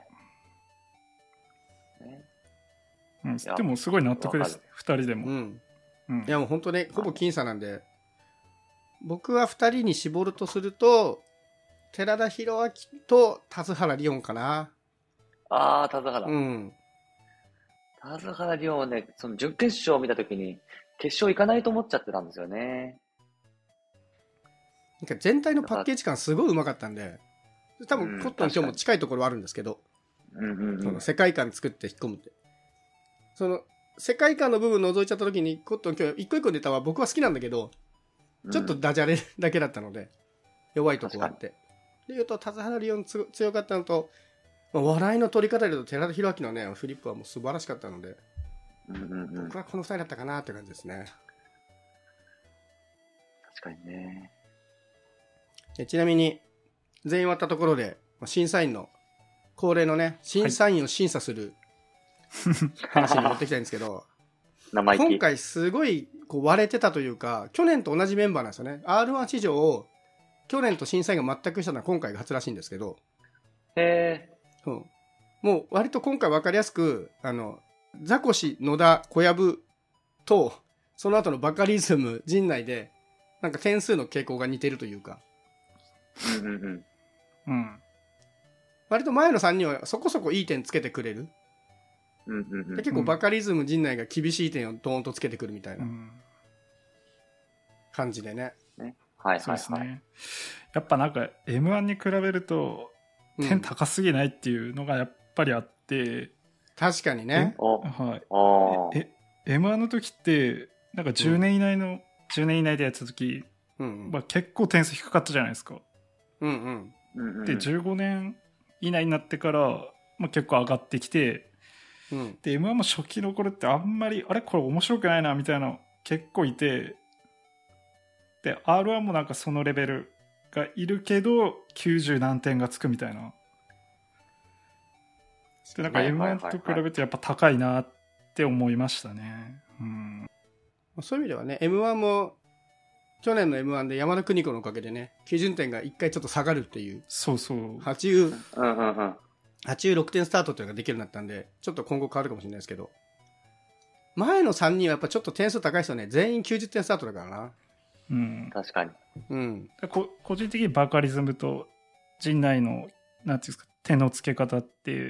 うん、でもすごい納得です、ふたりでも。 うんうん、いやもう本当ね、ほぼ僅差なんで、僕はふたりに絞るとすると、寺田裕明と田津原理音かな。 ああ、田津原。 うん。 田津原理音はね、その準決勝を見たときに、決勝行かないと思っちゃってたんですよね。 なんか全体のパッケージ感すごい上手かったんで、多分コットン今日も近いところはあるんですけど、 うんうんうん、 その世界観作って引っ込むって。その世界観の部分覗いちゃった時にコットン今日一個一個ネタは僕は好きなんだけど、ちょっとダジャレだけだったので、弱いとこがあって。で言うと田津原理音つ強かったのと、まあ、笑いの取り方で言うと寺田裕明のねフリップはもう素晴らしかったので、 うんうんうん、 僕はこのふたりだったかなって感じですね。 確かにね。 ちなみに全員終わったところで審査員の恒例のね審査員を審査する話に持ってきたいんですけど、 はい、 今回すごいこう割れてたというか、去年と同じメンバーなんですよね。 アールワン 史上去年と審査員が全くしたのは今回が初らしいんですけど、 へー、うん、もう割と今回分かりやすく、あのザコシ、野田、小籔とその後のバカリズム陣内でなんか点数の傾向が似てるというか、 うんうんうんうん、 割と前のさんにんはそこそこいい点つけてくれる、 うんうんうん、 で結構バカリズム陣内が厳しい点をドーンとつけてくるみたいな感じでね、 うんね、はいはいはい、 そうですね。やっぱなんか エムワン に比べると点高すぎないっていうのがやっぱりあって、うん、 確かにね、 はい、え エムワン の時ってなんかじゅうねん以内の、うん、じゅうねん以内でやった時、うんうん、まあ、結構点数低かったじゃないですか、 うんうん、でじゅうごねん以内になってから、まあ、結構上がってきて、うん、で エムワン も初期の頃ってあんまりあれこれ面白くないなみたいなの結構いて、で アールワン もなんかそのレベルがいるけどきゅうじゅう何点がつくみたいな、でなんか エムワン と比べてやっぱ高いなっって思いましたね。うん、 そういう意味ではね、エムワン も去年の エムワン で山田邦子のおかげでね、基準点が一回ちょっと下がるっていう。 そうそう。 はちじゅう、 うんうんうん、 はちじゅうろくてんスタートっていうのができるようになったんで、ちょっと今後変わるかもしれないですけど、前のさんにんはやっぱちょっと点数高い人ね、全員きゅうじゅってんスタートだからな。 うん。 確かに。 うん。 こ個人的にバカリズムと陣内の、なんていうんですか、手の付け方って、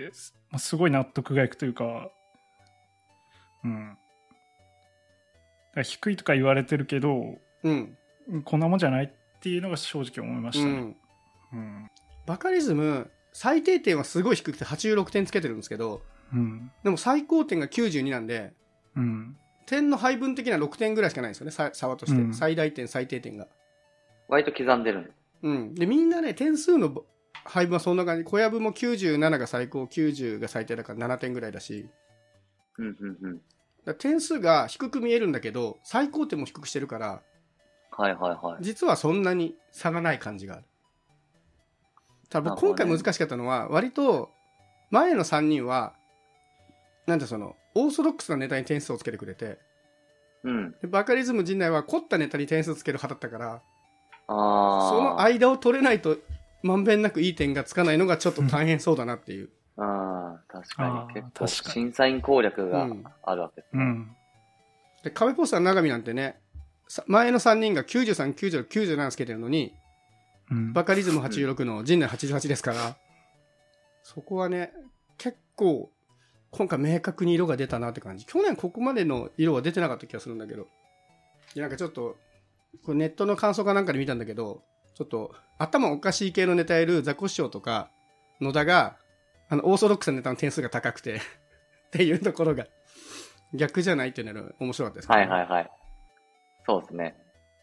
すごい納得がいくというか、うん。だから低いとか言われてるけど、 うん。 こんなもんじゃないっていうのが正直思いましたね。うんうん、バカリズム、最低点はすごい低くてはちじゅうろくてんつけてるんですけど、 うん、 でも最高点がきゅうじゅうになんで、 うん、 点の配分的にはろくてんぐらいしかないんですよね、差として、うん。最大点、最低点が。 割と刻んでる。 うん。で、みんなね、点数の配分はそんな感じ。小籔もきゅうじゅうななが最高、きゅうじゅうが最低だからななてんぐらいだし。 うんうんうん。 だ点数が低く見えるんだけど、最高点も低くしてるから、 はいはいはい。 実はそんなに差がない感じがある。ただ僕今回難しかったのは、割と前のさんにんは、なんてその、オーソドックスなネタに点数をつけてくれて、 うん。 バカリズム陣内は凝ったネタに点数つける派だったから、 あその間を取れないと、まんべんなくいい点がつかないのがちょっと大変そうだなっていう。 うん、ああ、確かに。結構確かに審査員攻略があるわけですね。 うん。 で、壁ポスター長見なんてね、前のさんにんがきゅうじゅうさん、きゅうじゅうろく、きゅうじゅうななつけてるのに、うん、バカリズムはちじゅうろくの陣内はちじゅうはちですから、そこはね、結構、今回明確に色が出たなって感じ。去年ここまでの色は出てなかった気がするんだけど。いや、なんかちょっと、これネットの感想かなんかで見たんだけど、ちょっと、頭おかしい系のネタやるザコシショウとか、野田が、あの、オーソドックスなネタの点数が高くて、っていうところが、逆じゃないっていうのが面白かったですね。 はいはいはい。そうですね。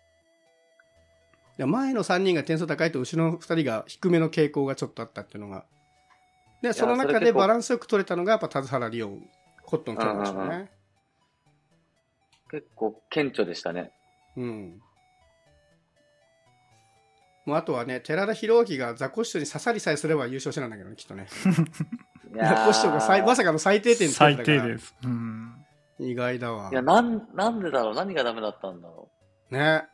前のさんにんが点数高いと後ろのふたりが低めの傾向がちょっとあったっていうのが。で、その中でバランスよく取れたのがやっぱ田津原リオン、コットンキョンでしたね、うんうんうん。 結構顕著でしたね。 うん。もうあとはね、寺田博明がザコシショウに刺さりさえすれば優勝してなんだけどね、きっとね。ザコシショウが最まさかの最低点つけてたから。 最低です。うん。 意外だわ。 いや、なん、なんでだろう、何がダメだったんだろう。ね。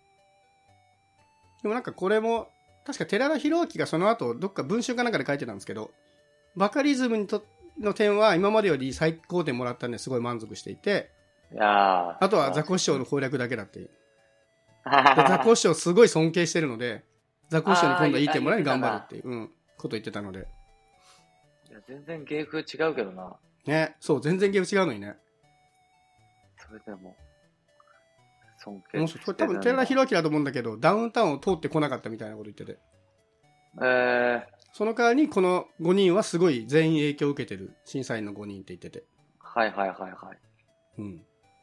でもなんかこれも、確か寺田博明がその後、どっか文集かなんかで書いてたんですけど、バカリズムにとの点は今までより最高点もらったんですごい満足していて、 いやあとはザコシショウの攻略だけだっていう。ザコシショウすごい尊敬してるので、ザコシショウに今度はいい点もらいに頑張るっていう、うん、こと言ってたので。 いや、全然芸風違うけどな。 ね、そう、全然芸風違うのにね。 それでも。尊敬もうこれ多分寺田博明だと思うんだけど、ダウンタウンを通ってこなかったみたいなこと言ってて。 えー、その代わりにこのごにんはすごい全員影響を受けてる審査員のごにんって言ってて。 はいはいはいはい。 うん。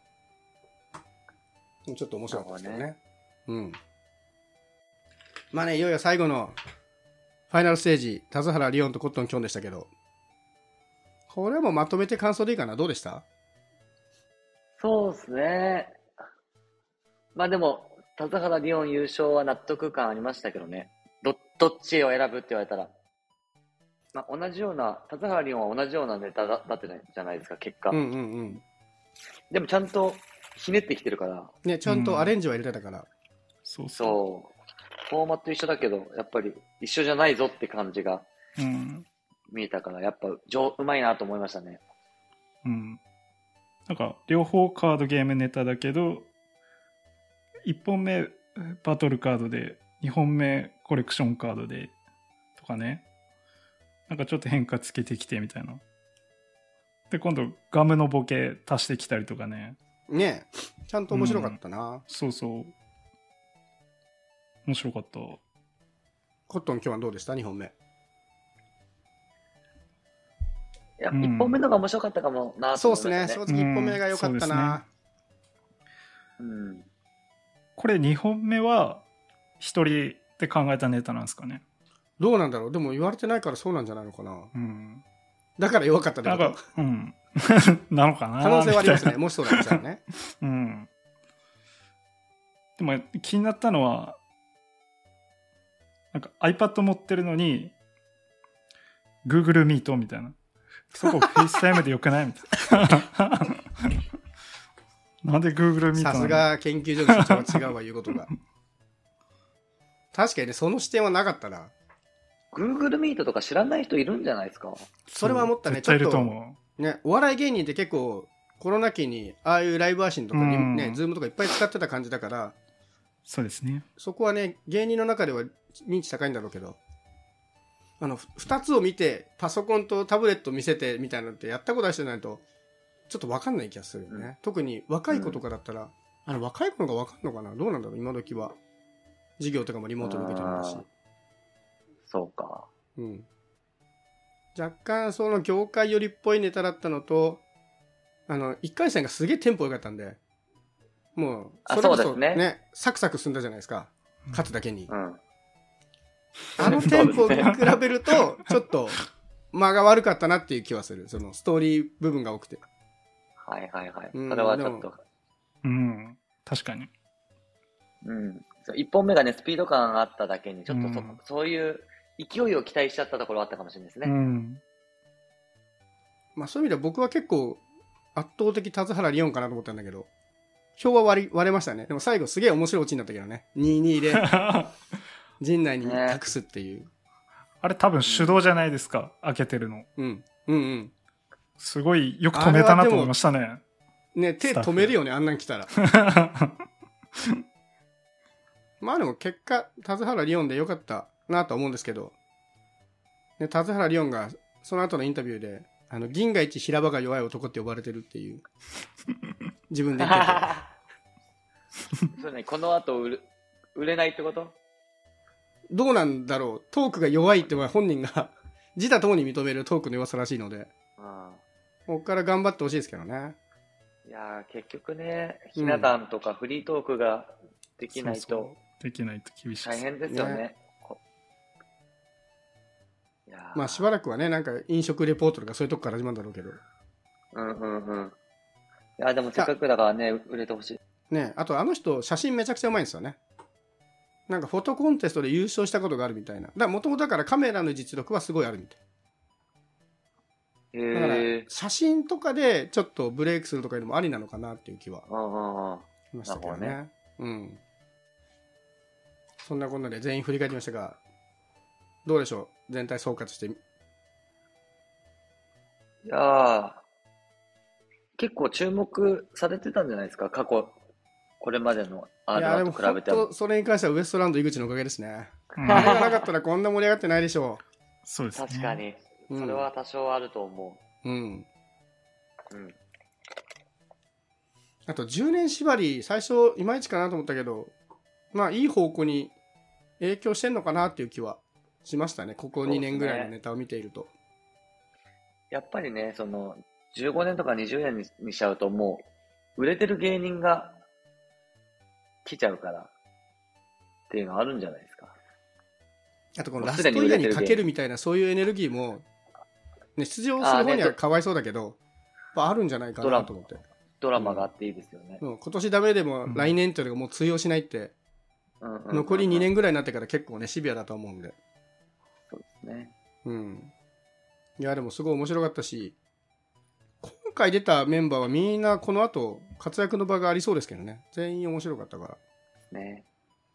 ちょっと面白かったですよね。ね、うん。まあね、いよいよ最後のファイナルステージ、田津原リオンとコットンキョンでしたけど、これもまとめて感想でいいかな。どうでした？ そうですね。まあでも、田津原リオン優勝は納得感ありましたけどね。ど、どっちを選ぶって言われたら。まあ同じような、田津原リオンは同じようなネタだったじゃないですか、結果。 うんうんうん。 でもちゃんとひねってきてるから。 ね、ちゃんとアレンジは入れてたから。うん、 そうそう。 そう。フォーマット一緒だけど、やっぱり一緒じゃないぞって感じが見えたから、やっぱ上うまいなと思いましたね。 うん。なんか両方カードゲームネタだけど、いっぽんめバトルカードで、にほんめコレクションカードでとかね、なんかちょっと変化つけてきてみたいな。で今度ガムのボケ足してきたりとかね。 ねえ、ちゃんと面白かったな。うん、 そうそう。面白かった。 コットン今日はどうでした？にほんめ。 いや、うん、いっぽんめのが面白かったかもなと思いましたね。 そうですね。正直いっぽんめが良かったな。 うん。うん、 これにほんめは一人で考えたネタなんですかね。 どうなんだろう。でも言われてないからそうなんじゃないのかな。 うん。 だから弱かったってこと。 なんか、うん。なのかな。 可能性はありますね。もしそうだったらね。 うん。でも気になったのは、なんか iPad 持ってるのに Google Meet みたいなそこフェイスタイムでよくないみたいな。なんで Google 見たの？ さすが研究所の所長は違うわ、言うことが。確かにね、その視点はなかったな。 Google Meet とか知らない人いるんじゃないですか？ それは思ったね。 絶対いると思う。ね、お笑い芸人って結構コロナ期にああいうライブ配信とかにね、 うん、 ズームとかいっぱい使ってた感じだから、 そうですね。 そこはね、芸人の中では認知高いんだろうけど、あの、二つを見て、パソコンとタブレット見せてみたいなのってやったことある人じゃないと、ちょっとわかんない気がするよね。うん、特に若い子とかだったら、うん、あの、若い子の方がわかんのかな？どうなんだろう今時は。授業とかもリモートで受けてるんだし。 そうか。 うん。若干その業界寄りっぽいネタだったのと、あの、一回戦がすげえテンポ良かったんで、もう、それこそね、ねサクサク進んだじゃないですか。勝つだけに。うん、あのテンポに比べると、ちょっと間が悪かったなっていう気はする。そのストーリー部分が多くて。 はいはいはい。それはちょっと。 うん、確かに。 うん。一本目がね、スピード感あっただけに、ちょっとそ、うん、そういう勢いを期待しちゃったところはあったかもしれないですね。うん。 まあそういう意味では僕は結構圧倒的田津原リオンかなと思ったんだけど、票は割り割れましたね。でも最後すげえ面白いオチになったけどね。にたいにで陣内に託すっていう。ね、 あれ多分手動じゃないですか、開けてるの。 うん。うんうん。 すごいよく止めたなと思いましたね。 ね、手止めるよね、あんなん来たら。まあでも結果、田津原リオンでよかったなと思うんですけど、ね、田津原リオンがその後のインタビューで、あの、銀河一平場が弱い男って呼ばれてるっていう、自分で言ってて。そうね、この後売れ、売れないってこと？ どうなんだろう。トークが弱いって本人が自他ともに認めるトークの弱さらしいので、ああ、ここから頑張ってほしいですけどね。 いやー、結局ね、ひな壇とかフリートークができないと、 そうそうできないと厳しい。 大変ですよね。ね、 いやまあしばらくはね、なんか飲食レポートとかそういうとこから始まるんだろうけど。 うんうんうん。いやでもせっかくだからね、売れてほしい。 ね、あとあの人写真めちゃくちゃうまいんですよね。なんかフォトコンテストで優勝したことがあるみたいな。だからもともとだからカメラの実力はすごいあるみたい。だから写真とかでちょっとブレイクするとかいうのもありなのかなっていう気はしましたけどね。ね、うん。そんなこんなで全員振り返りましたが、どうでしょう、全体総括して。いやー、結構注目されてたんじゃないですか、過去、これまでの アールワン と比べても。いや、でもそれに関してはウエストランド井口のおかげですね。あれがなかったらこんな盛り上がってないでしょう。 そうですね。 確かに。それは多少あると思う。うん。 うん。あとじゅうねん縛り、最初いまいちかなと思ったけど、まあいい方向に影響してんのかなっていう気はしましたね。ここにねんぐらいのネタを見ていると。 やっぱりね、そのじゅうごねんとかにじゅうねんに、にしちゃうともう売れてる芸人が来ちゃうからっていうのあるんじゃないですか。 あとこのラストイヤーにかけるみたいなそういうエネルギーも、ね、出場する方にはかわいそうだけど、やっぱあるんじゃないかなと思って。 ドラマがあっていいですよね。 うん、今年ダメでも来年っていうのがもう通用しないって、うん、残りにねんぐらいになってから結構ねシビアだと思うんで。 そうですね。 うん。いやでもすごい面白かったし、今回出たメンバーはみんなこの後活躍の場がありそうですけどね。全員面白かったから。ね。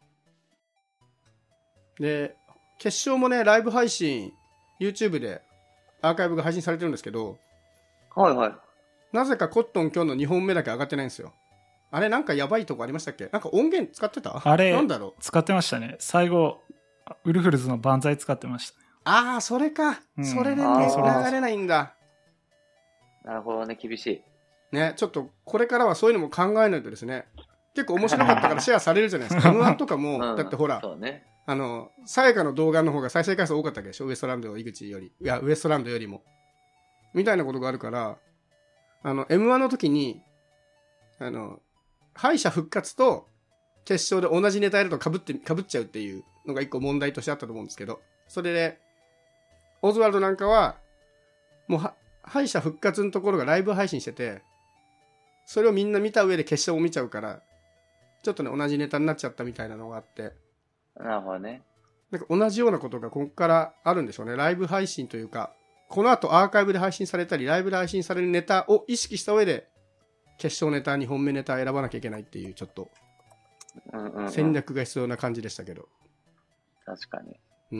で、決勝もねライブ配信 YouTube でアーカイブが配信されてるんですけど、 はいはい。 なぜかコットン今日のにほんめだけ上がってないんですよ。あれなんかやばいとこありましたっけ？なんか音源使ってた？ あれなんだろう？ 使ってましたね。最後ウルフルズの万歳使ってましたね。 ああ、それか、うん、それでね流れないんだ。 なるほどね、厳しいね。ちょっとこれからはそういうのも考えないとですね。結構面白かったからシェアされるじゃないですか。エムワン とかも、うん、だってほら、そうね、あのさやかの動画の方が再生回数多かったでしょ、ウエストランド井口より。いやウエストランドよりもみたいなことがあるから、あの エムワン の時にあの敗者復活と決勝で同じネタやると被って被っちゃうっていうのが一個問題としてあったと思うんですけど、それでオズワルドなんかはもうは敗者復活のところがライブ配信してて、それをみんな見た上で決勝を見ちゃうからちょっとね同じネタになっちゃったみたいなのがあって、 なるほどね。 なんか同じようなことがここからあるんでしょうね。ライブ配信というかこの後アーカイブで配信されたり、ライブで配信されるネタを意識した上で、決勝ネタ、にほんめネタ選ばなきゃいけないっていう、ちょっと、戦略が必要な感じでしたけど。 確かに。 うん。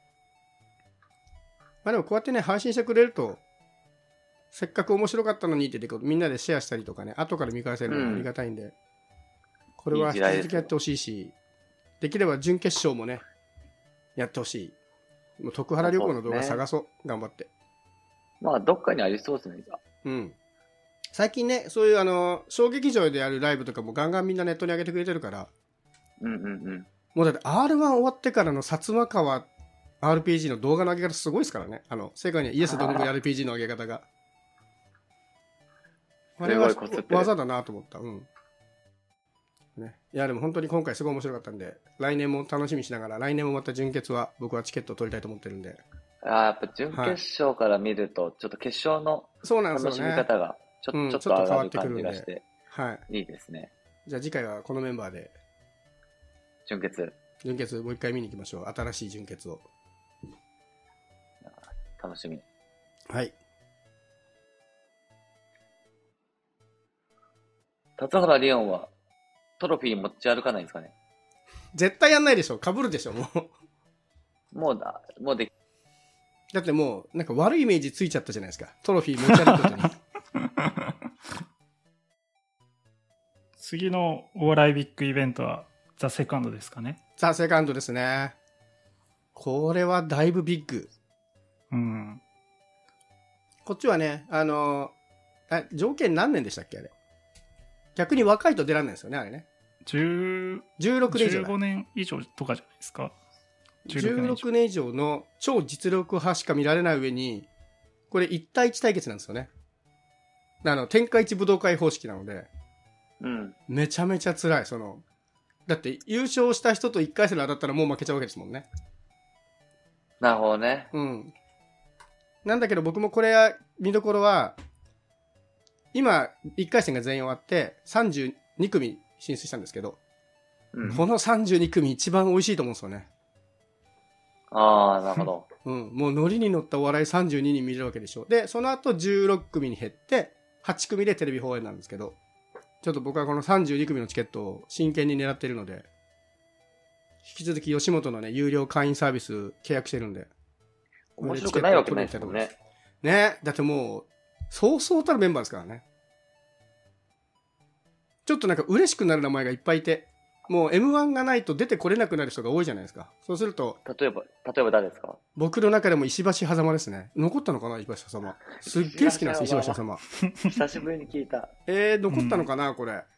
まあでもこうやってね、配信してくれると、せっかく面白かったのにってことみんなでシェアしたりとかね、後から見返せるのがありがたいんで、うん、これは引き続きやってほしいし、できれば準決勝もね、やってほしい。もう徳原旅行の動画探そう。そうね、頑張って。 まあ、どっかにありそうですね、じゃあ。 うん。最近ね、そういうあの、小劇場でやるライブとかもガンガンみんなネットに上げてくれてるから。 うんうんうん。 もうだって アールワン 終わってからの薩摩川 アールピージー の動画の上げ方すごいですからね。あの、世界にはイエスどのぐらい アールピージー の上げ方が。あれは技だなと思った。うん。ね。いや、でも本当に今回すごい面白かったんで、来年も楽しみにしながら、来年もまた準決は僕はチケットを取りたいと思ってるんで。 ああ、やっぱ準決勝から見ると、はい、ちょっと決勝の楽しみ方がちょ、ね、うん、ちょっと上がる感じがして、はい。いいですね。 じゃあ次回はこのメンバーで。 準決。 準決もう一回見に行きましょう。新しい準決を。 楽しみ。 はい。 辰原リオンはトロフィー持ち歩かないんですかね。 絶対やんないでしょ。被るでしょ、もう。もうだ、もうで。 だってもう、なんか悪いイメージついちゃったじゃないですか。トロフィー持ち歩くことに。 次のお笑いビッグイベントはザ・セカンドですかね。 ザ・セカンドですね。これはだいぶビッグ。 うん。 こっちはね、あの、あ、条件何年でしたっけあれ。逆に若いと出られないですよね、あれね。 じゅう、 じゅうろくねん以上。 じゅうごねん以上とかじゃないですか。 じゅうろくねん以上の超実力派しか見られない上に、これいち対いち対決なんですよね。あの、天下一武道会方式なので、 うん。 めちゃめちゃ辛い、その、だって優勝した人といっかい戦で当たったらもう負けちゃうわけですもんね。 なるほどね。 うん。なんだけど僕もこれ見どころは、今いっかい戦が全員終わってさんじゅうにくみ進出したんですけど、うん、このさんじゅうにくみ一番美味しいと思うんですよね。 ああ、なるほど。 うん。もうノリに乗ったお笑いさんじゅうににん見れるわけでしょ。で、その後じゅうろくくみに減って、はちくみでテレビ放映なんですけど、ちょっと僕はこのさんじゅうにくみのチケットを真剣に狙っているので、引き続き吉本のね、有料会員サービス契約してるんで。 面白くないわけないですもんね。 ね。だってもう、そうそうたるメンバーですからね。ちょっとなんか嬉しくなる名前がいっぱいいて、もう エムワン がないと出てこれなくなる人が多いじゃないですか。そうすると。 例えば、例えば誰ですか？ 僕の中でも石橋狭間ですね。残ったのかな石橋狭間。すっげえ好きなんです、石橋狭間。 久しぶりに聞いた。 えー、残ったのかな、うん、これ。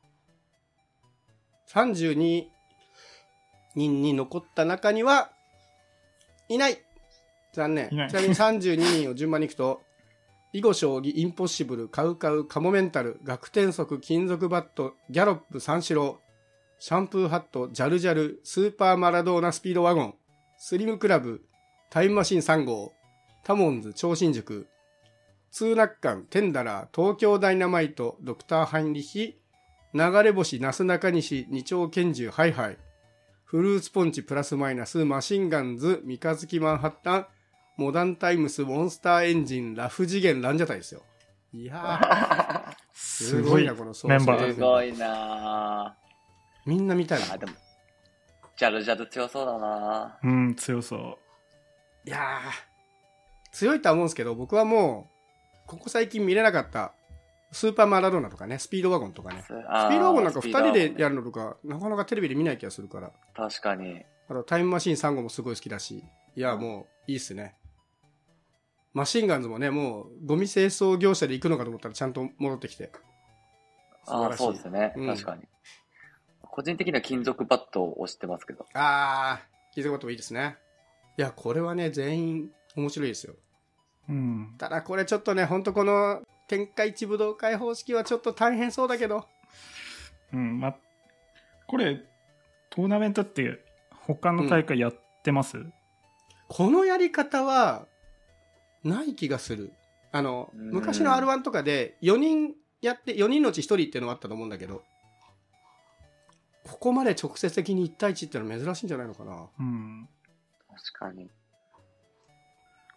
さんじゅうににんに残った中には、いない。残念。ちなみにさんじゅうににんを順番に行くと、囲碁将棋、インポッシブル、カウカウ、カモメンタル、学天則、金属バット、ギャロップ、三四郎、シャンプーハット、ジャルジャル、スーパーマラドーナスピードワゴン、スリムクラブ、タイムマシンさん号、タモンズ、超新塾、ツーナッカン、テンダラー、東京ダイナマイト、ドクターハインリヒ、流れ星、ナス中西、二丁拳銃、ハイハイ、フルーツポンチプラスマイナス、マシンガンズ、三日月マンハッタン、モダンタイムス、モンスターエンジン、ラフ次元、ランジャタイですよ。いやー、すごいな、このメンバー。 すごいなー。 みんな見たいな。 あ、でも、ジャルジャル強そうだな。 うん、強そう。 いやー、強いとは思うんですけど、僕はもう、ここ最近見れなかった、スーパーマラドーナとかね、スピードワゴンとかね。スピードワゴンなんかふたりでやるのとか、なかなかテレビで見ない気がするから。 確かに。 あと、タイムマシーンさん号もすごい好きだし、いや、もう、いいっすね。マシンガンズもね、もう、ゴミ清掃業者で行くのかと思ったらちゃんと戻ってきて。 ああ、そうですね、うん。確かに。個人的には金属バットを押してますけど。 ああ、金属バットもいいですね。いや、これはね、全員面白いですよ。 うん。 ただこれちょっとね、ほんとこの天下一武道会方式はちょっと大変そうだけど。 うん、ま、これ、トーナメントって他の大会やってます？うん、 このやり方は、ない気がする。あの、昔の アールワン とかでよにんやって、よにんのうちひとりっていうのがあったと思うんだけど、ここまで直接的にいち対いちっていうのは珍しいんじゃないのかな。 うん。 確かに。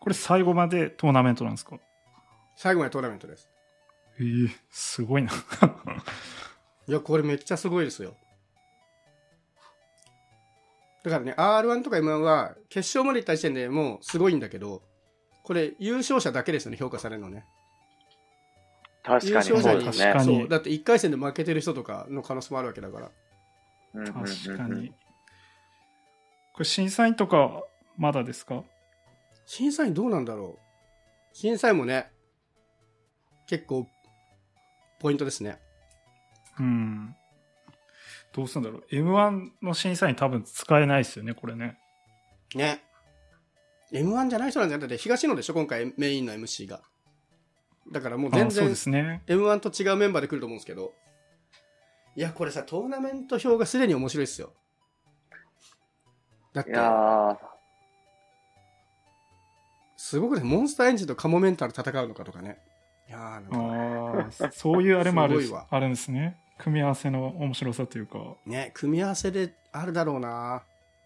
これ最後までトーナメントなんですか？ 最後までトーナメントです。 えー、すごいな。 いや、これめっちゃすごいですよ。だからね、アールワン とか エムワン は決勝まで行った時点でもうすごいんだけど、これ優勝者だけですよね、評価されるのね。 確かに優勝者に、 そうですね。 そう。だっていっかい戦で負けてる人とかの可能性もあるわけだから。 うんうんうんうん、 確かに。これ審査員とかまだですか？ 審査員どうなんだろう。審査員もね、結構ポイントですね。 うん。どうするんだろう。エムワン の審査員多分使えないですよね、これね。 ね。エムワン じゃない人なんじゃなくて、東野でしょ、今回メインの エムシー が。だからもう全然、ね、エムワン と違うメンバーで来ると思うんですけど。いや、これさ、トーナメント表がすでに面白いですよ。だって、いやすごくね、モンスターエンジンとカモメンタル戦うのかとかね。いやーなんかあそういうあれもあるすごいわあるんですね。組み合わせの面白さというか。 ね、組み合わせであるだろうな。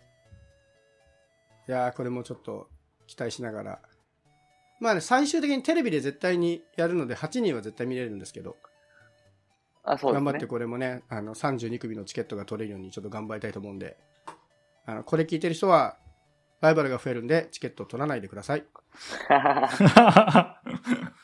いやー、これもちょっと期待しながら。まあね、最終的にテレビで絶対にやるので、はちにんは絶対見れるんですけど。 あ、そうですね。 頑張ってこれもね、あの、さんじゅうに組のチケットが取れるようにちょっと頑張りたいと思うんで。あの、これ聞いてる人は、ライバルが増えるんで、チケットを取らないでください。